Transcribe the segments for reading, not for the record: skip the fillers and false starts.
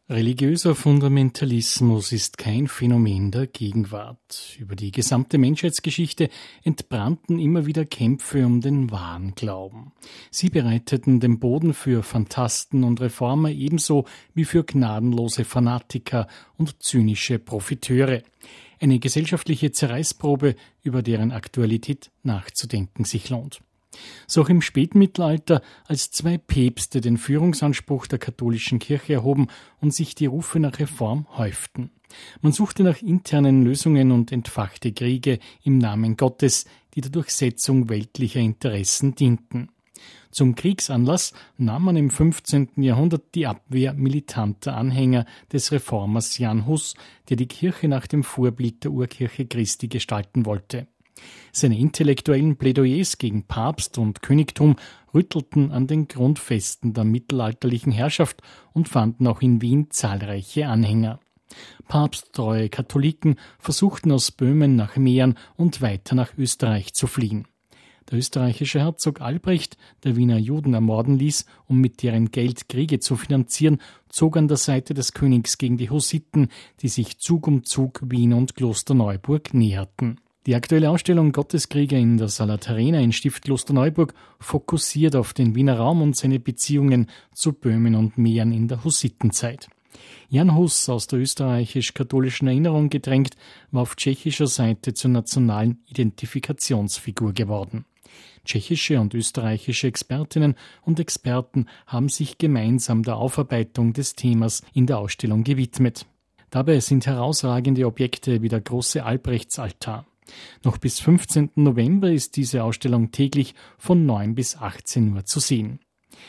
Religiöser Fundamentalismus ist kein Phänomen der Gegenwart. Über die gesamte Menschheitsgeschichte entbrannten immer wieder Kämpfe um den wahren Glauben. Sie bereiteten den Boden für Phantasten und Reformer ebenso wie für gnadenlose Fanatiker und zynische Profiteure. Eine gesellschaftliche Zerreißprobe, über deren Aktualität nachzudenken sich lohnt. So auch im Spätmittelalter, als zwei Päpste den Führungsanspruch der katholischen Kirche erhoben und sich die Rufe nach Reform häuften. Man suchte nach internen Lösungen und entfachte Kriege im Namen Gottes, die der Durchsetzung weltlicher Interessen dienten. Zum Kriegsanlass nahm man im 15. Jahrhundert die Abwehr militanter Anhänger des Reformers Jan Hus, der die Kirche nach dem Vorbild der Urkirche Christi gestalten wollte. Seine intellektuellen Plädoyers gegen Papst und Königtum rüttelten an den Grundfesten der mittelalterlichen Herrschaft und fanden auch in Wien zahlreiche Anhänger. Papsttreue Katholiken versuchten aus Böhmen nach Mähren und weiter nach Österreich zu fliehen. Der österreichische Herzog Albrecht, der Wiener Juden ermorden ließ, um mit deren Geld Kriege zu finanzieren, zog an der Seite des Königs gegen die Hussiten, die sich Zug um Zug Wien und Klosterneuburg näherten. Die aktuelle Ausstellung Gotteskrieger in der Sala Terrena in Stift Klosterneuburg fokussiert auf den Wiener Raum und seine Beziehungen zu Böhmen und Mähren in der Hussitenzeit. Jan Hus, aus der österreichisch-katholischen Erinnerung gedrängt, war auf tschechischer Seite zur nationalen Identifikationsfigur geworden. Tschechische und österreichische Expertinnen und Experten haben sich gemeinsam der Aufarbeitung des Themas in der Ausstellung gewidmet. Dabei sind herausragende Objekte wie der große Albrechtsaltar. Noch bis 15. November ist diese Ausstellung täglich von 9 bis 18 Uhr zu sehen.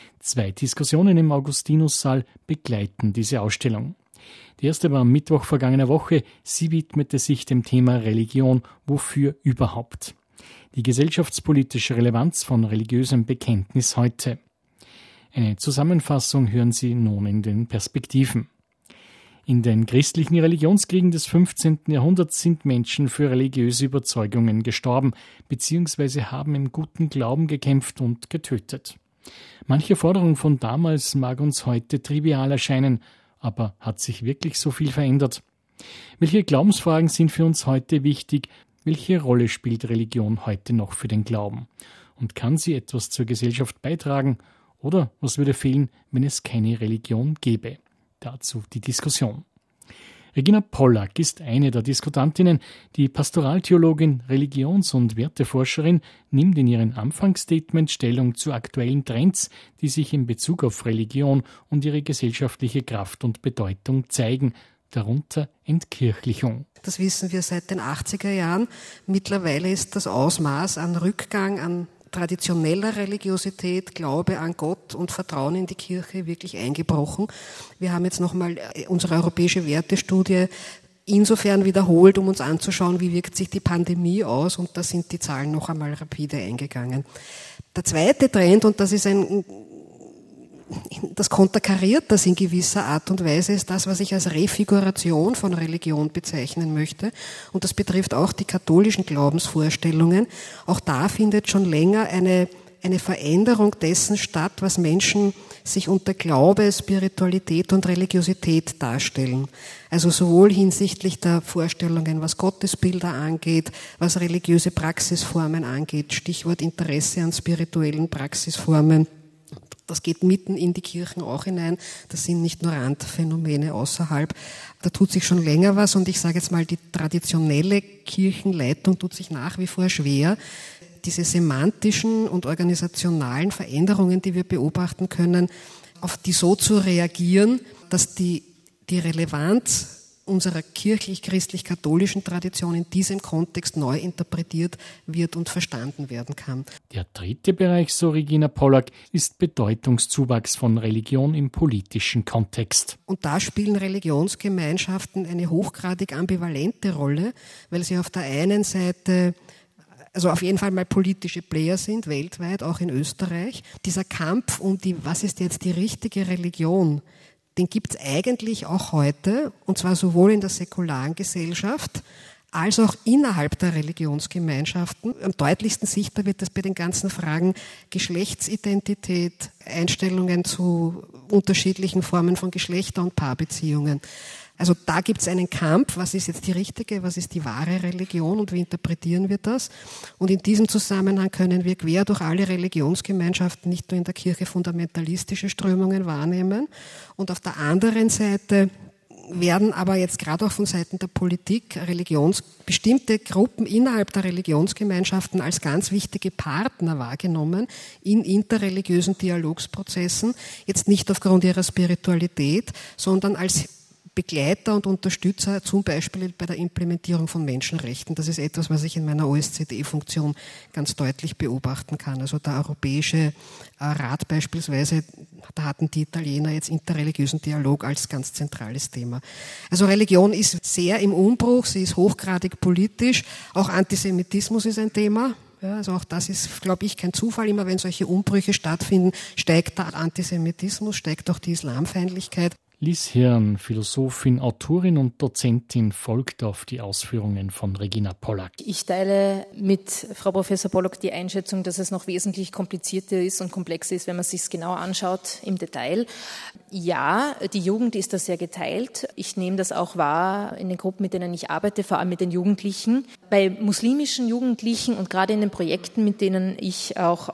2 Diskussionen im Augustinussaal begleiten diese Ausstellung. Die erste war am Mittwoch vergangener Woche. Sie widmete sich dem Thema Religion, wofür überhaupt? Die gesellschaftspolitische Relevanz von religiösem Bekenntnis heute. Eine Zusammenfassung hören Sie nun in den Perspektiven. In den christlichen Religionskriegen des 15. Jahrhunderts sind Menschen für religiöse Überzeugungen gestorben bzw. haben im guten Glauben gekämpft und getötet. Manche Forderung von damals mag uns heute trivial erscheinen, aber hat sich wirklich so viel verändert? Welche Glaubensfragen sind für uns heute wichtig? Welche Rolle spielt Religion heute noch für den Glauben? Und kann sie etwas zur Gesellschaft beitragen? Oder was würde fehlen, wenn es keine Religion gäbe? Dazu die Diskussion. Regina Pollack ist eine der Diskutantinnen. Die Pastoraltheologin, Religions- und Werteforscherin nimmt in ihrem Anfangsstatement Stellung zu aktuellen Trends, die sich in Bezug auf Religion und ihre gesellschaftliche Kraft und Bedeutung zeigen, darunter Entkirchlichung. Das wissen wir seit den 80er Jahren. Mittlerweile ist das Ausmaß an Rückgang an traditioneller Religiosität, Glaube an Gott und Vertrauen in die Kirche wirklich eingebrochen. Wir haben jetzt nochmal unsere europäische Wertestudie insofern wiederholt, um uns anzuschauen, wie wirkt sich die Pandemie aus, und da sind die Zahlen noch einmal rapide eingegangen. Der zweite Trend, und das ist das konterkariert das in gewisser Art und Weise, ist das, was ich als Refiguration von Religion bezeichnen möchte. Und das betrifft auch die katholischen Glaubensvorstellungen. Auch da findet schon länger eine Veränderung dessen statt, was Menschen sich unter Glaube, Spiritualität und Religiosität darstellen. Also sowohl hinsichtlich der Vorstellungen, was Gottesbilder angeht, was religiöse Praxisformen angeht, Stichwort Interesse an spirituellen Praxisformen. Das geht mitten in die Kirchen auch hinein. Das sind nicht nur Randphänomene außerhalb. Da tut sich schon länger was, und ich sage jetzt mal, die traditionelle Kirchenleitung tut sich nach wie vor schwer, diese semantischen und organisationalen Veränderungen, die wir beobachten können, auf die so zu reagieren, dass die Relevanz unserer kirchlich-christlich-katholischen Tradition in diesem Kontext neu interpretiert wird und verstanden werden kann. Der dritte Bereich, so Regina Pollack, ist Bedeutungszuwachs von Religion im politischen Kontext. Und da spielen Religionsgemeinschaften eine hochgradig ambivalente Rolle, weil sie auf der einen Seite also auf jeden Fall mal politische Player sind, weltweit, auch in Österreich. Dieser Kampf um was ist jetzt die richtige Religion, den gibt es eigentlich auch heute, und zwar sowohl in der säkularen Gesellschaft als auch innerhalb der Religionsgemeinschaften. Am deutlichsten sichtbar wird das bei den ganzen Fragen Geschlechtsidentität, Einstellungen zu unterschiedlichen Formen von Geschlechter- und Paarbeziehungen. Also da gibt es einen Kampf, was ist jetzt die richtige, was ist die wahre Religion und wie interpretieren wir das? Und in diesem Zusammenhang können wir quer durch alle Religionsgemeinschaften nicht nur in der Kirche fundamentalistische Strömungen wahrnehmen. Und auf der anderen Seite werden aber jetzt gerade auch von Seiten der Politik bestimmte Gruppen innerhalb der Religionsgemeinschaften als ganz wichtige Partner wahrgenommen in interreligiösen Dialogsprozessen, jetzt nicht aufgrund ihrer Spiritualität, sondern als Begleiter und Unterstützer, zum Beispiel bei der Implementierung von Menschenrechten. Das ist etwas, was ich in meiner OSZE-Funktion ganz deutlich beobachten kann. Also der Europäische Rat beispielsweise, da hatten die Italiener jetzt interreligiösen Dialog als ganz zentrales Thema. Also Religion ist sehr im Umbruch, sie ist hochgradig politisch, auch Antisemitismus ist ein Thema. Ja, also auch das ist, glaube ich, kein Zufall. Immer wenn solche Umbrüche stattfinden, steigt der Antisemitismus, steigt auch die Islamfeindlichkeit. Lies Hirn, Philosophin, Autorin und Dozentin, folgt auf die Ausführungen von Regina Pollack. Ich teile mit Frau Professor Pollack die Einschätzung, dass es noch wesentlich komplizierter ist und komplexer ist, wenn man es sich genau anschaut im Detail. Ja, die Jugend ist da sehr geteilt. Ich nehme das auch wahr in den Gruppen, mit denen ich arbeite, vor allem mit den Jugendlichen. Bei muslimischen Jugendlichen und gerade in den Projekten, in denen ich auch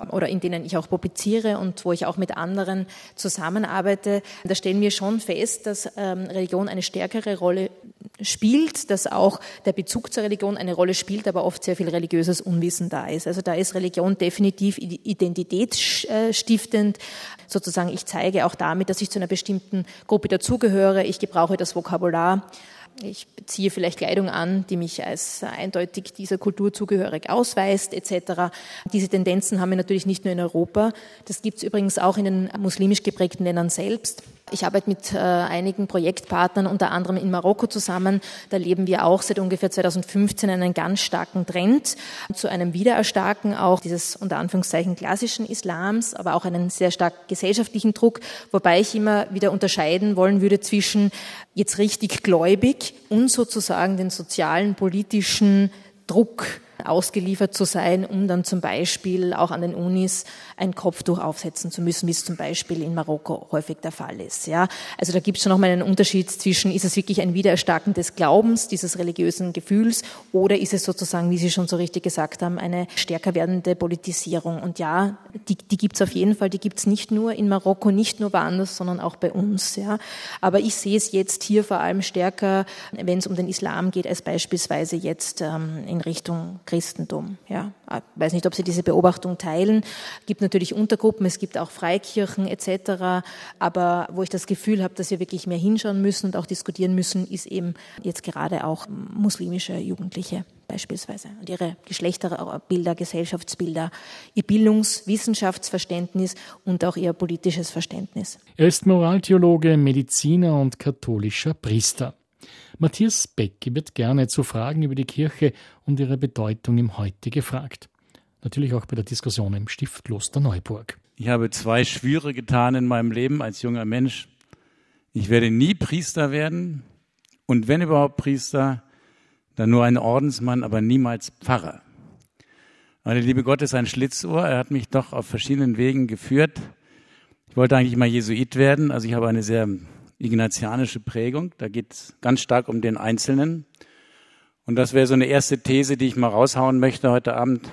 publiziere und wo ich auch mit anderen zusammenarbeite, da stellen wir schon fest, dass Religion eine stärkere Rolle spielt, dass auch der Bezug zur Religion eine Rolle spielt, aber oft sehr viel religiöses Unwissen da ist. Also da ist Religion definitiv identitätsstiftend. Sozusagen, ich zeige auch damit, dass ich zu einer bestimmten Gruppe dazugehöre. Ich gebrauche das Vokabular. Ich ziehe vielleicht Kleidung an, die mich als eindeutig dieser Kultur zugehörig ausweist, etc. Diese Tendenzen haben wir natürlich nicht nur in Europa. Das gibt es übrigens auch in den muslimisch geprägten Ländern selbst. Ich arbeite mit einigen Projektpartnern, unter anderem in Marokko zusammen. Da erleben wir auch seit ungefähr 2015 einen ganz starken Trend zu einem Wiedererstarken auch dieses unter Anführungszeichen klassischen Islams, aber auch einen sehr stark gesellschaftlichen Druck, wobei ich immer wieder unterscheiden wollen würde zwischen jetzt richtig gläubig und sozusagen den sozialen, politischen Druck ausgeliefert zu sein, um dann zum Beispiel auch an den Unis ein Kopftuch aufsetzen zu müssen, wie es zum Beispiel in Marokko häufig der Fall ist. Ja, also da gibt es schon nochmal einen Unterschied zwischen, ist es wirklich ein Wiedererstarken des Glaubens, dieses religiösen Gefühls, oder ist es sozusagen, wie Sie schon so richtig gesagt haben, eine stärker werdende Politisierung. Und ja, die gibt es auf jeden Fall, die gibt es nicht nur in Marokko, nicht nur woanders, sondern auch bei uns. Ja, aber ich sehe es jetzt hier vor allem stärker, wenn es um den Islam geht, als beispielsweise jetzt in Richtung Christentum. Ja, ich weiß nicht, ob Sie diese Beobachtung teilen. Es gibt natürlich Untergruppen, es gibt auch Freikirchen etc. Aber wo ich das Gefühl habe, dass wir wirklich mehr hinschauen müssen und auch diskutieren müssen, ist eben jetzt gerade auch muslimische Jugendliche beispielsweise und ihre Geschlechterbilder, Gesellschaftsbilder, ihr Wissenschaftsverständnis und auch ihr politisches Verständnis. Er ist Moraltheologe, Mediziner und katholischer Priester. Matthias Beck wird gerne zu Fragen über die Kirche und ihre Bedeutung im Heute gefragt. Natürlich auch bei der Diskussion im Stiftkloster Neuburg. Ich habe 2 Schwüre getan in meinem Leben als junger Mensch. Ich werde nie Priester werden und wenn überhaupt Priester, dann nur ein Ordensmann, aber niemals Pfarrer. Meine liebe Gott ist ein Schlitzohr. Er hat mich doch auf verschiedenen Wegen geführt. Ich wollte eigentlich mal Jesuit werden, also ich habe eine sehr ignatianische Prägung, da geht es ganz stark um den Einzelnen. Und das wäre so eine erste These, die ich mal raushauen möchte heute Abend.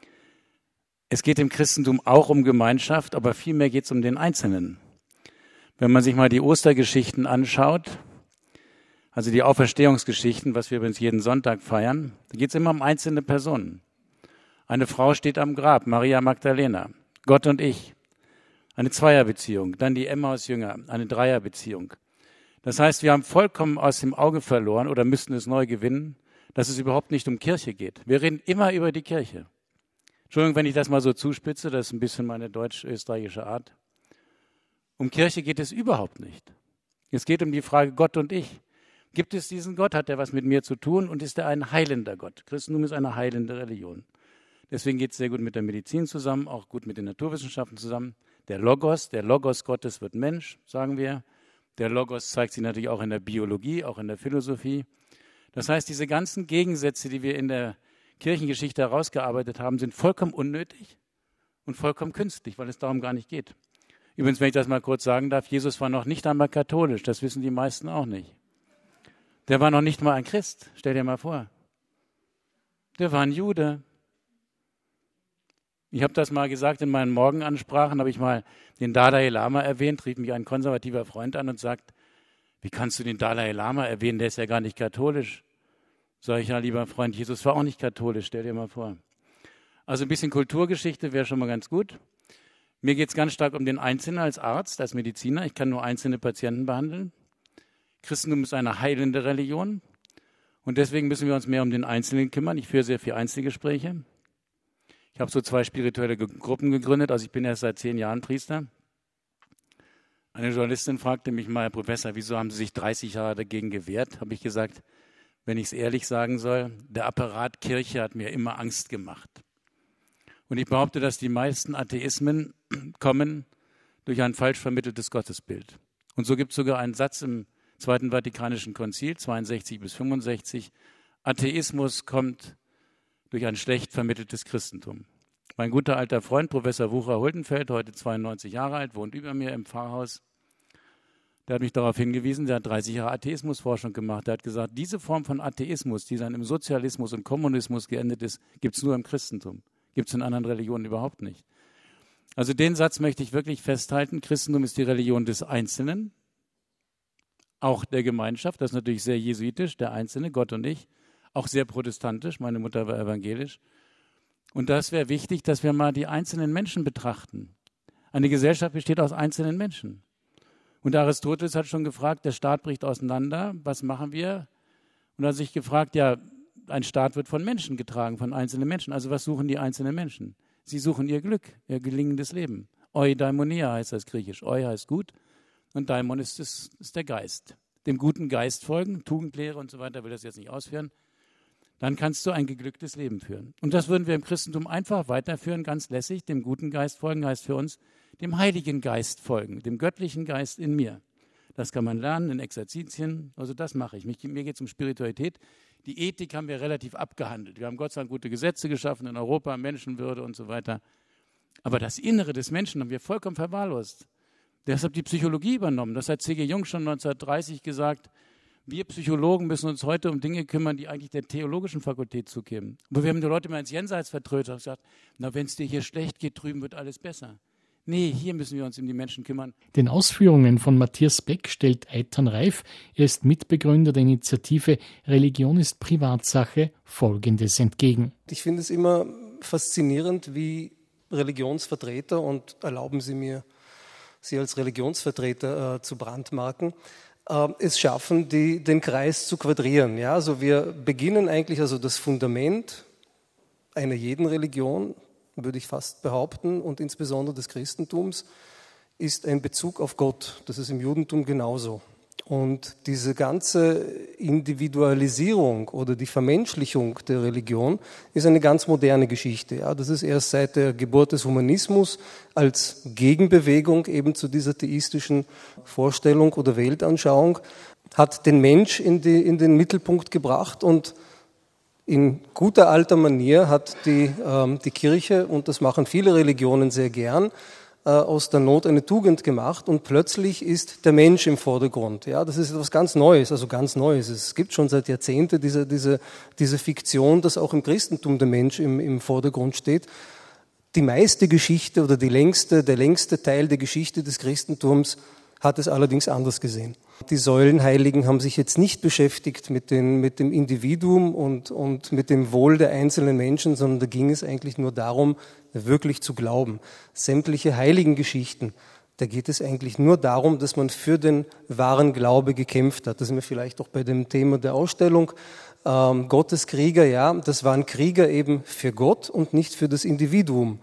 Es geht im Christentum auch um Gemeinschaft, aber vielmehr geht es um den Einzelnen. Wenn man sich mal die Ostergeschichten anschaut, also die Auferstehungsgeschichten, was wir übrigens jeden Sonntag feiern, da geht es immer um einzelne Personen. Eine Frau steht am Grab, Maria Magdalena, Gott und ich. Eine Zweierbeziehung, dann die Emmaus-Jünger, eine Dreierbeziehung. Das heißt, wir haben vollkommen aus dem Auge verloren oder müssten es neu gewinnen, dass es überhaupt nicht um Kirche geht. Wir reden immer über die Kirche. Entschuldigung, wenn ich das mal so zuspitze, das ist ein bisschen meine deutsch-österreichische Art. Um Kirche geht es überhaupt nicht. Es geht um die Frage Gott und ich. Gibt es diesen Gott? Hat er was mit mir zu tun? Und ist er ein heilender Gott? Christentum ist eine heilende Religion. Deswegen geht es sehr gut mit der Medizin zusammen, auch gut mit den Naturwissenschaften zusammen. Der Logos Gottes wird Mensch, sagen wir. Der Logos zeigt sich natürlich auch in der Biologie, auch in der Philosophie. Das heißt, diese ganzen Gegensätze, die wir in der Kirchengeschichte herausgearbeitet haben, sind vollkommen unnötig und vollkommen künstlich, weil es darum gar nicht geht. Übrigens, wenn ich das mal kurz sagen darf, Jesus war noch nicht einmal katholisch, das wissen die meisten auch nicht. Der war noch nicht mal ein Christ, stell dir mal vor. Der war ein Jude. Ich habe das mal gesagt in meinen Morgenansprachen, habe ich mal den Dalai Lama erwähnt, rief mich ein konservativer Freund an und sagt, wie kannst du den Dalai Lama erwähnen, der ist ja gar nicht katholisch. Sag ich, ja, lieber Freund, Jesus war auch nicht katholisch, stell dir mal vor. Also ein bisschen Kulturgeschichte wäre schon mal ganz gut. Mir geht es ganz stark um den Einzelnen als Arzt, als Mediziner. Ich kann nur einzelne Patienten behandeln. Christentum ist eine heilende Religion und deswegen müssen wir uns mehr um den Einzelnen kümmern. Ich führe sehr viele Einzelgespräche. Ich habe so 2 spirituelle Gruppen gegründet, also ich bin erst seit 10 Jahren Priester. Eine Journalistin fragte mich mal, Herr Professor, wieso haben Sie sich 30 Jahre dagegen gewehrt? Habe ich gesagt, wenn ich es ehrlich sagen soll, der Apparat Kirche hat mir immer Angst gemacht. Und ich behaupte, dass die meisten Atheismen kommen durch ein falsch vermitteltes Gottesbild. Und so gibt es sogar einen Satz im Zweiten Vatikanischen Konzil, 62 bis 65, Atheismus kommt durch ein schlecht vermitteltes Christentum. Mein guter alter Freund, Professor Wucher-Hultenfeld, heute 92 Jahre alt, wohnt über mir im Pfarrhaus. Der hat mich darauf hingewiesen, der hat 30 Jahre Atheismusforschung gemacht. Der hat gesagt, diese Form von Atheismus, die dann im Sozialismus und Kommunismus geendet ist, gibt es nur im Christentum. Gibt es in anderen Religionen überhaupt nicht. Also den Satz möchte ich wirklich festhalten. Christentum ist die Religion des Einzelnen, auch der Gemeinschaft. Das ist natürlich sehr jesuitisch, der Einzelne, Gott und ich. Auch sehr protestantisch, meine Mutter war evangelisch. Und das wäre wichtig, dass wir mal die einzelnen Menschen betrachten. Eine Gesellschaft besteht aus einzelnen Menschen. Und Aristoteles hat schon gefragt, der Staat bricht auseinander, was machen wir? Und er hat sich gefragt, ja, ein Staat wird von Menschen getragen, von einzelnen Menschen. Also was suchen die einzelnen Menschen? Sie suchen ihr Glück, ihr gelingendes Leben. Eudaimonia heißt das griechisch. Eu heißt gut und Daimon ist der Geist. Dem guten Geist folgen, Tugendlehre und so weiter, will das jetzt nicht ausführen. Dann kannst du ein geglücktes Leben führen. Und das würden wir im Christentum einfach weiterführen, ganz lässig. Dem guten Geist folgen heißt für uns, dem Heiligen Geist folgen, dem göttlichen Geist in mir. Das kann man lernen in Exerzitien, also das mache ich. Mir geht es um Spiritualität. Die Ethik haben wir relativ abgehandelt. Wir haben Gott sei Dank gute Gesetze geschaffen in Europa, Menschenwürde und so weiter. Aber das Innere des Menschen haben wir vollkommen verwahrlost. Deshalb die Psychologie übernommen. Das hat C.G. Jung schon 1930 gesagt. Wir Psychologen müssen uns heute um Dinge kümmern, die eigentlich der theologischen Fakultät zukämen. Aber wir haben die Leute mal ins Jenseits vertrötet und gesagt, na, wenn es dir hier schlecht geht, drüben wird alles besser. Nee, hier müssen wir uns um die Menschen kümmern. Den Ausführungen von Matthias Beck stellt Eitan Reif, er ist Mitbegründer der Initiative Religion ist Privatsache, Folgendes entgegen. Ich finde es immer faszinierend, wie Religionsvertreter, und erlauben Sie mir, Sie als Religionsvertreter zu brandmarken, es schaffen, den Kreis zu quadrieren. Ja, also wir beginnen eigentlich, also das Fundament einer jeden Religion, würde ich fast behaupten, und insbesondere des Christentums, ist ein Bezug auf Gott. Das ist im Judentum genauso. Und diese ganze Individualisierung oder die Vermenschlichung der Religion ist eine ganz moderne Geschichte. Ja, das ist erst seit der Geburt des Humanismus als Gegenbewegung eben zu dieser theistischen Vorstellung oder Weltanschauung, hat den Mensch in den Mittelpunkt gebracht und in guter alter Manier hat die Kirche, und das machen viele Religionen sehr gern, aus der Not eine Tugend gemacht und plötzlich ist der Mensch im Vordergrund. Ja, das ist etwas ganz Neues, also ganz Neues. Es gibt schon seit Jahrzehnten diese Fiktion, dass auch im Christentum der Mensch im Vordergrund steht. Die meiste Geschichte oder der längste Teil der Geschichte des Christentums hat es allerdings anders gesehen. Die Säulenheiligen haben sich jetzt nicht beschäftigt mit dem Individuum und mit dem Wohl der einzelnen Menschen, sondern da ging es eigentlich nur darum, wirklich zu glauben. Sämtliche Heiligengeschichten, da geht es eigentlich nur darum, dass man für den wahren Glaube gekämpft hat. Das sind wir vielleicht auch bei dem Thema der Ausstellung. Gottes Krieger, ja, das waren Krieger eben für Gott und nicht für das Individuum.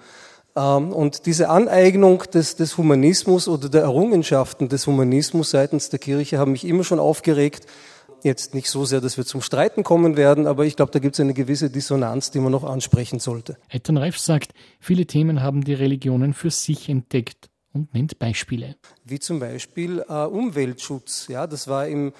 Und diese Aneignung des Humanismus oder der Errungenschaften des Humanismus seitens der Kirche haben mich immer schon aufgeregt. Jetzt nicht so sehr, dass wir zum Streiten kommen werden, aber ich glaube, da gibt es eine gewisse Dissonanz, die man noch ansprechen sollte. Eitan Reif sagt, viele Themen haben die Religionen für sich entdeckt und nennt Beispiele. Wie zum Beispiel Umweltschutz. Ja, das war in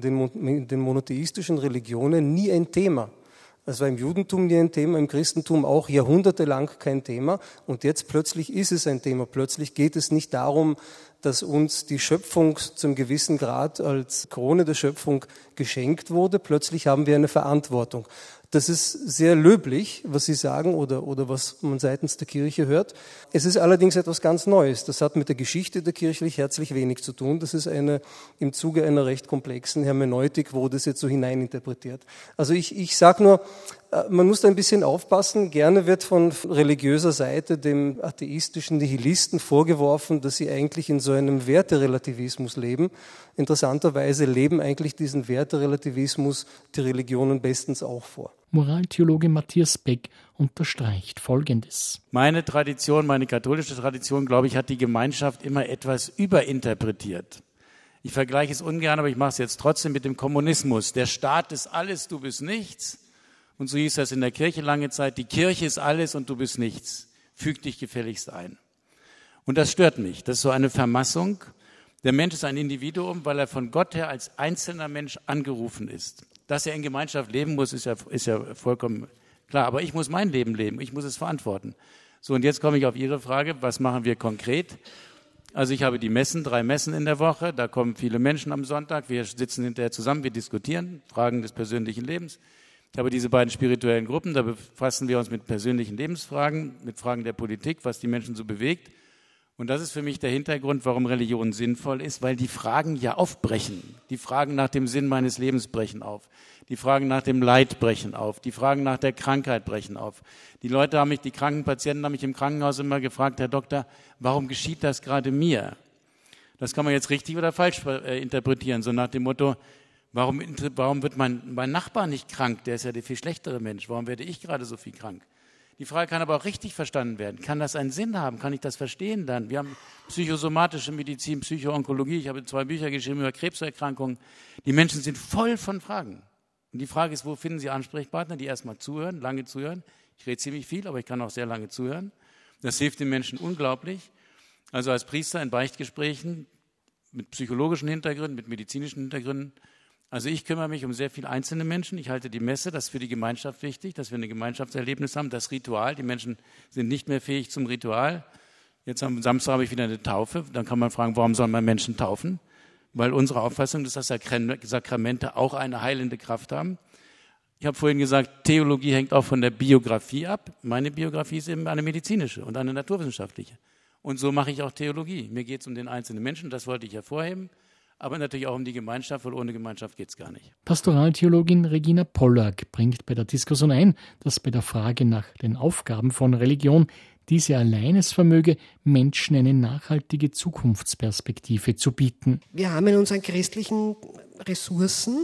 den monotheistischen Religionen nie ein Thema. Das war im Judentum nie ein Thema, im Christentum auch jahrhundertelang kein Thema. Und jetzt plötzlich ist es ein Thema. Plötzlich geht es nicht darum, dass uns die Schöpfung zum gewissen Grad als Krone der Schöpfung geschenkt wurde. Plötzlich haben wir eine Verantwortung. Das ist sehr löblich, was Sie sagen oder was man seitens der Kirche hört. Es ist allerdings etwas ganz Neues. Das hat mit der Geschichte der Kirche herzlich wenig zu tun. Das ist im Zuge einer recht komplexen Hermeneutik, wo das jetzt so hineininterpretiert. Also ich sage nur, man muss da ein bisschen aufpassen. Gerne wird von religiöser Seite dem atheistischen Nihilisten vorgeworfen, dass sie eigentlich in so einem Werterelativismus leben. Interessanterweise leben eigentlich diesen Werterelativismus die Religionen bestens auch vor. Moraltheologe Matthias Beck unterstreicht Folgendes. Meine Tradition, meine katholische Tradition, glaube ich, hat die Gemeinschaft immer etwas überinterpretiert. Ich vergleiche es ungern, aber ich mache es jetzt trotzdem mit dem Kommunismus. Der Staat ist alles, du bist nichts. Und so hieß das in der Kirche lange Zeit, die Kirche ist alles und du bist nichts. Füg dich gefälligst ein. Und das stört mich. Das ist so eine Vermassung. Der Mensch ist ein Individuum, weil er von Gott her als einzelner Mensch angerufen ist. Dass er in Gemeinschaft leben muss, ist ja vollkommen klar. Aber ich muss mein Leben leben. Ich muss es verantworten. So, und jetzt komme ich auf Ihre Frage. Was machen wir konkret? Also ich habe die Messen, 3 Messen in der Woche. Da kommen viele Menschen am Sonntag. Wir sitzen hinterher zusammen, wir diskutieren Fragen des persönlichen Lebens. Ich habe diese beiden spirituellen Gruppen, da befassen wir uns mit persönlichen Lebensfragen, mit Fragen der Politik, was die Menschen so bewegt. Und das ist für mich der Hintergrund, warum Religion sinnvoll ist, weil die Fragen ja aufbrechen. Die Fragen nach dem Sinn meines Lebens brechen auf. Die Fragen nach dem Leid brechen auf. Die Fragen nach der Krankheit brechen auf. Die kranken Patienten haben mich im Krankenhaus immer gefragt, Herr Doktor, warum geschieht das gerade mir? Das kann man jetzt richtig oder falsch interpretieren, so nach dem Motto, warum wird mein Nachbar nicht krank? Der ist ja der viel schlechtere Mensch. Warum werde ich gerade so viel krank? Die Frage kann aber auch richtig verstanden werden. Kann das einen Sinn haben? Kann ich das verstehen dann? Wir haben psychosomatische Medizin, Psychoonkologie. Ich habe 2 Bücher geschrieben über Krebserkrankungen. Die Menschen sind voll von Fragen. Und die Frage ist, wo finden Sie Ansprechpartner, die erstmal zuhören, lange zuhören? Ich rede ziemlich viel, aber ich kann auch sehr lange zuhören. Das hilft den Menschen unglaublich. Also als Priester in Beichtgesprächen mit psychologischen Hintergründen, mit medizinischen Hintergründen. Also ich kümmere mich um sehr viele einzelne Menschen. Ich halte die Messe, das ist für die Gemeinschaft wichtig, dass wir ein Gemeinschaftserlebnis haben. Das Ritual, die Menschen sind nicht mehr fähig zum Ritual. Jetzt am Samstag habe ich wieder eine Taufe. Dann kann man fragen, warum soll man Menschen taufen? Weil unsere Auffassung ist, dass Sakramente auch eine heilende Kraft haben. Ich habe vorhin gesagt, Theologie hängt auch von der Biografie ab. Meine Biografie ist eben eine medizinische und eine naturwissenschaftliche. Und so mache ich auch Theologie. Mir geht es um den einzelnen Menschen, das wollte ich hervorheben. Aber natürlich auch um die Gemeinschaft, weil ohne Gemeinschaft geht es gar nicht. Pastoraltheologin Regina Pollack bringt bei der Diskussion ein, dass bei der Frage nach den Aufgaben von Religion diese allein es vermöge, Menschen eine nachhaltige Zukunftsperspektive zu bieten. Wir haben in unseren christlichen Ressourcen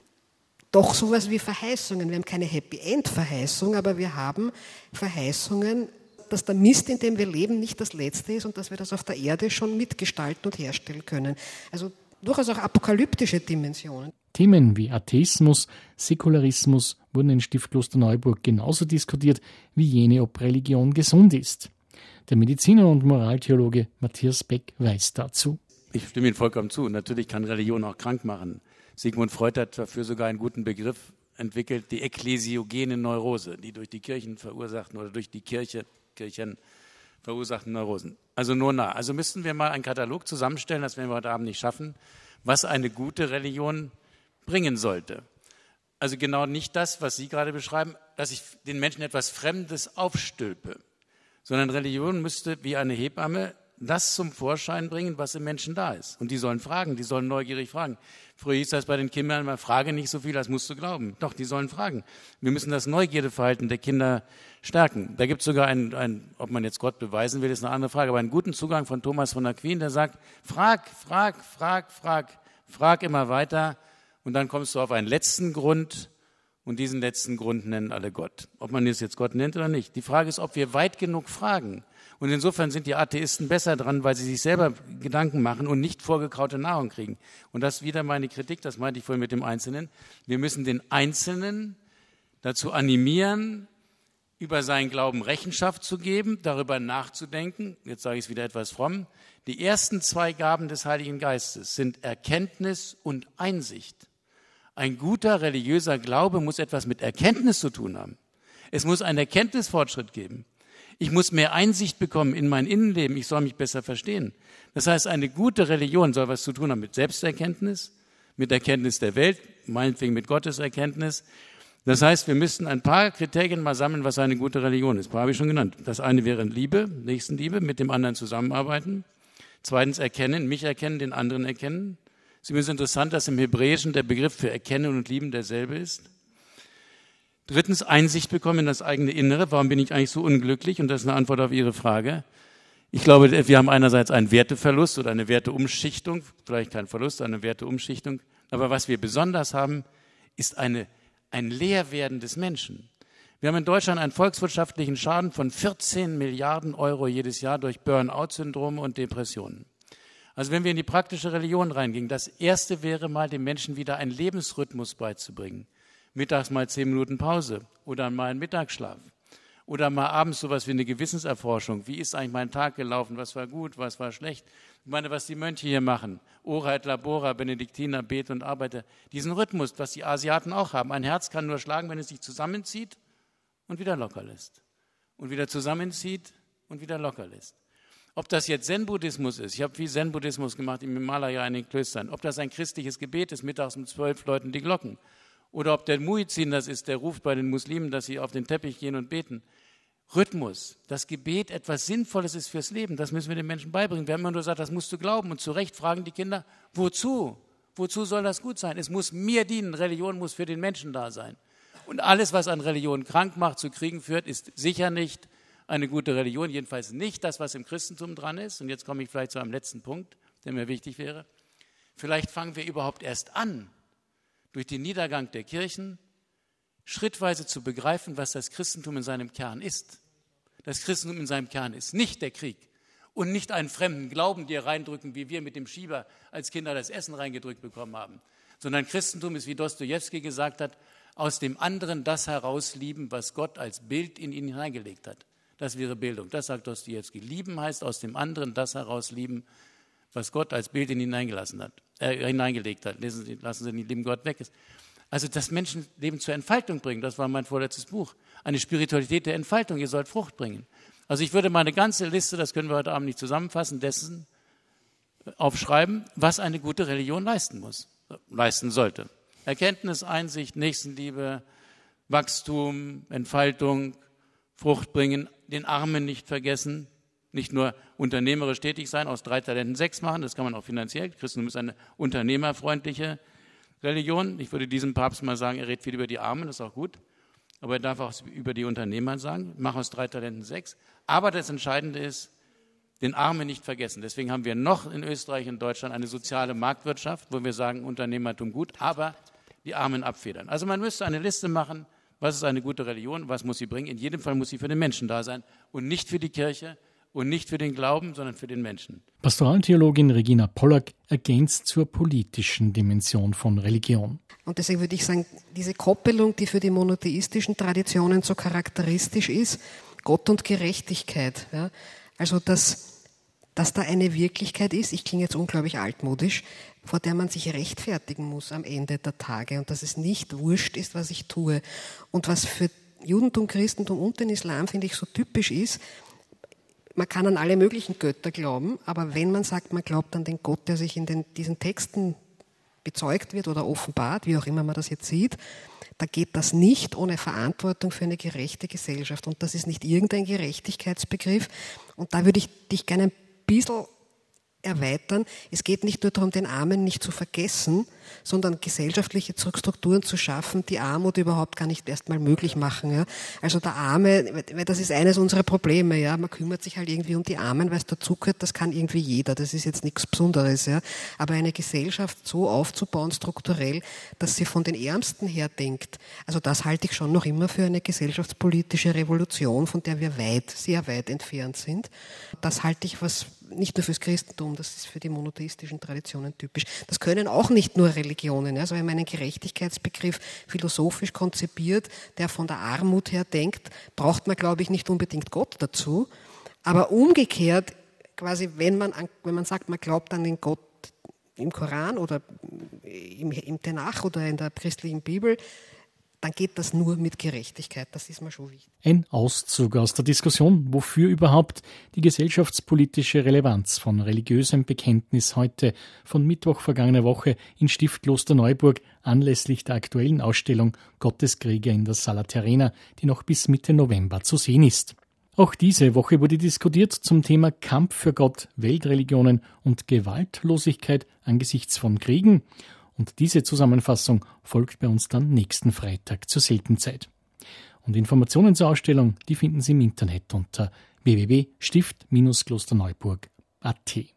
doch sowas wie Verheißungen. Wir haben keine Happy-End-Verheißung, aber wir haben Verheißungen, dass der Mist, in dem wir leben, nicht das Letzte ist und dass wir das auf der Erde schon mitgestalten und herstellen können. Also durchaus auch apokalyptische Dimensionen. Themen wie Atheismus, Säkularismus wurden in Stiftkloster Neuburg genauso diskutiert wie jene, ob Religion gesund ist. Der Mediziner und Moraltheologe Matthias Beck weiß dazu. Ich stimme Ihnen vollkommen zu. Natürlich kann Religion auch krank machen. Sigmund Freud hat dafür sogar einen guten Begriff entwickelt, die ekklesiogene Neurose, die durch die Kirchen verursachten oder durch die Kirchen verursachten Neurosen. Also nur nah. Also müssten wir mal einen Katalog zusammenstellen, das werden wir heute Abend nicht schaffen, was eine gute Religion bringen sollte. Also genau nicht das, was Sie gerade beschreiben, dass ich den Menschen etwas Fremdes aufstülpe, sondern Religion müsste wie eine Hebamme das zum Vorschein bringen, was im Menschen da ist. Und die sollen fragen, die sollen neugierig fragen. Früher hieß das bei den Kindern immer, frage nicht so viel, das musst du glauben. Doch, die sollen fragen. Wir müssen das Neugierdeverhalten der Kinder stärken. Da gibt es sogar ob man jetzt Gott beweisen will, ist eine andere Frage, aber einen guten Zugang von Thomas von Aquin, der sagt, frag immer weiter und dann kommst du auf einen letzten Grund und diesen letzten Grund nennen alle Gott. Ob man es jetzt Gott nennt oder nicht. Die Frage ist, ob wir weit genug fragen. Und insofern sind die Atheisten besser dran, weil sie sich selber Gedanken machen und nicht vorgekaute Nahrung kriegen. Und das ist wieder meine Kritik, das meinte ich vorhin mit dem Einzelnen. Wir müssen den Einzelnen dazu animieren, über seinen Glauben Rechenschaft zu geben, darüber nachzudenken, jetzt sage ich es wieder etwas fromm, Die ersten 2 Gaben des Heiligen Geistes sind Erkenntnis und Einsicht. Ein guter religiöser Glaube muss etwas mit Erkenntnis zu tun haben. Es muss einen Erkenntnisfortschritt geben. Ich muss mehr Einsicht bekommen in mein Innenleben. Ich soll mich besser verstehen. Das heißt, eine gute Religion soll was zu tun haben mit Selbsterkenntnis, mit Erkenntnis der Welt, meinetwegen mit Gottes Erkenntnis. Das heißt, wir müssten ein paar Kriterien mal sammeln, was eine gute Religion ist. Ein paar habe ich schon genannt. Das eine wäre Liebe, Nächstenliebe, mit dem anderen zusammenarbeiten. Zweitens erkennen, mich erkennen, den anderen erkennen. Es ist übrigens interessant, dass im Hebräischen der Begriff für Erkennen und Lieben derselbe ist. Drittens, Einsicht bekommen in das eigene Innere. Warum bin ich eigentlich so unglücklich? Und das ist eine Antwort auf Ihre Frage. Ich glaube, wir haben einerseits einen Werteverlust oder eine Werteumschichtung, vielleicht kein Verlust, eine Werteumschichtung. Aber was wir besonders haben, ist ein Leerwerden des Menschen. Wir haben in Deutschland einen volkswirtschaftlichen Schaden von 14 Milliarden Euro jedes Jahr durch Burnout-Syndrome und Depressionen. Also wenn wir in die praktische Religion reingingen, das Erste wäre mal, den Menschen wieder einen Lebensrhythmus beizubringen. Mittags mal 10 Minuten Pause oder mal einen Mittagsschlaf. Oder mal abends sowas wie eine Gewissenserforschung. Wie ist eigentlich mein Tag gelaufen? Was war gut? Was war schlecht? Ich meine, was die Mönche hier machen. Ora et labora, Benediktiner, bete und arbeite. Diesen Rhythmus, was die Asiaten auch haben. Ein Herz kann nur schlagen, wenn es sich zusammenzieht und wieder locker lässt. Und wieder zusammenzieht und wieder locker lässt. Ob das jetzt Zen-Buddhismus ist, ich habe viel Zen-Buddhismus gemacht im Himalaya in den Klöstern. Ob das ein christliches Gebet ist, mittags um 12 läuten die Glocken. Oder ob der Muezzin das ist, der ruft bei den Muslimen, dass sie auf den Teppich gehen und beten. Rhythmus, das Gebet etwas Sinnvolles ist fürs Leben, das müssen wir den Menschen beibringen. Wir haben immer nur gesagt, das musst du glauben. Und zu Recht fragen die Kinder, wozu? Wozu soll das gut sein? Es muss mir dienen, Religion muss für den Menschen da sein. Und alles, was an Religion krank macht, zu Kriegen führt, ist sicher nicht eine gute Religion, jedenfalls nicht das, was im Christentum dran ist. Und jetzt komme ich vielleicht zu einem letzten Punkt, der mir wichtig wäre. Vielleicht fangen wir überhaupt erst an, durch den Niedergang der Kirchen schrittweise zu begreifen, was das Christentum in seinem Kern ist. Das Christentum in seinem Kern ist nicht der Krieg und nicht einen fremden Glauben, dir reindrücken, wie wir mit dem Schieber als Kinder das Essen reingedrückt bekommen haben, sondern Christentum ist, wie Dostojewski gesagt hat, aus dem anderen das herauslieben, was Gott als Bild in ihn hineingelegt hat. Das wäre Bildung. Das sagt Dostojewski. Lieben heißt aus dem anderen das herauslieben, was Gott als Bild in ihn hineingelegt hat. Lassen Sie den lieben Gott weg. Also das Menschenleben zur Entfaltung bringen, das war mein vorletztes Buch. Eine Spiritualität der Entfaltung, ihr sollt Frucht bringen. Also ich würde mal eine ganze Liste, das können wir heute Abend nicht zusammenfassen, dessen aufschreiben, was eine gute Religion leisten sollte. Erkenntnis, Einsicht, Nächstenliebe, Wachstum, Entfaltung, Frucht bringen, den Armen nicht vergessen, nicht nur unternehmerisch tätig sein, aus 3 Talenten 6 machen, das kann man auch finanziell. Christentum ist eine unternehmerfreundliche Religion. Ich würde diesem Papst mal sagen, er redet viel über die Armen, das ist auch gut, aber er darf auch über die Unternehmer sagen, mach aus 3 Talenten 6. Aber das Entscheidende ist, den Armen nicht vergessen. Deswegen haben wir noch in Österreich und Deutschland eine soziale Marktwirtschaft, wo wir sagen, Unternehmertum gut, aber die Armen abfedern. Also man müsste eine Liste machen, was ist eine gute Religion, was muss sie bringen. In jedem Fall muss sie für den Menschen da sein und nicht für die Kirche und nicht für den Glauben, sondern für den Menschen. Pastoraltheologin Regina Pollack ergänzt zur politischen Dimension von Religion. Und deswegen würde ich sagen, diese Koppelung, die für die monotheistischen Traditionen so charakteristisch ist, Gott und Gerechtigkeit. Ja? Also, dass da eine Wirklichkeit ist, ich klinge jetzt unglaublich altmodisch, vor der man sich rechtfertigen muss am Ende der Tage und dass es nicht wurscht ist, was ich tue. Und was für Judentum, Christentum und den Islam, finde ich, so typisch ist, man kann an alle möglichen Götter glauben, aber wenn man sagt, man glaubt an den Gott, der sich in diesen Texten bezeugt wird oder offenbart, wie auch immer man das jetzt sieht, da geht das nicht ohne Verantwortung für eine gerechte Gesellschaft. Und das ist nicht irgendein Gerechtigkeitsbegriff. Und da würde ich dich gerne ein bisschen erweitern. Es geht nicht nur darum, den Armen nicht zu vergessen, sondern gesellschaftliche Strukturen zu schaffen, die Armut überhaupt gar nicht erst mal möglich machen. Ja. Also der Arme, weil das ist eines unserer Probleme. Ja. Man kümmert sich halt irgendwie um die Armen, weil es dazugehört, das kann irgendwie jeder. Das ist jetzt nichts Besonderes. Ja. Aber eine Gesellschaft so aufzubauen, strukturell, dass sie von den Ärmsten her denkt, also das halte ich schon noch immer für eine gesellschaftspolitische Revolution, von der wir sehr weit entfernt sind. Das halte ich nicht nur fürs Christentum, das ist für die monotheistischen Traditionen typisch. Das können auch nicht nur Religionen. Also wenn man einen Gerechtigkeitsbegriff philosophisch konzipiert, der von der Armut her denkt, braucht man, glaube ich, nicht unbedingt Gott dazu. Aber umgekehrt quasi, wenn man sagt, man glaubt an den Gott im Koran oder im Tenach oder in der christlichen Bibel, dann geht das nur mit Gerechtigkeit. Das ist mir schon wichtig. Ein Auszug aus der Diskussion, wofür überhaupt die gesellschaftspolitische Relevanz von religiösem Bekenntnis heute von Mittwoch vergangener Woche in Stift Klosterneuburg anlässlich der aktuellen Ausstellung Gotteskrieger in der Sala Terrena, die noch bis Mitte November zu sehen ist. Auch diese Woche wurde diskutiert zum Thema Kampf für Gott, Weltreligionen und Gewaltlosigkeit angesichts von Kriegen. Und diese Zusammenfassung folgt bei uns dann nächsten Freitag zur selben Zeit. Und Informationen zur Ausstellung, die finden Sie im Internet unter www.stift-klosterneuburg.at.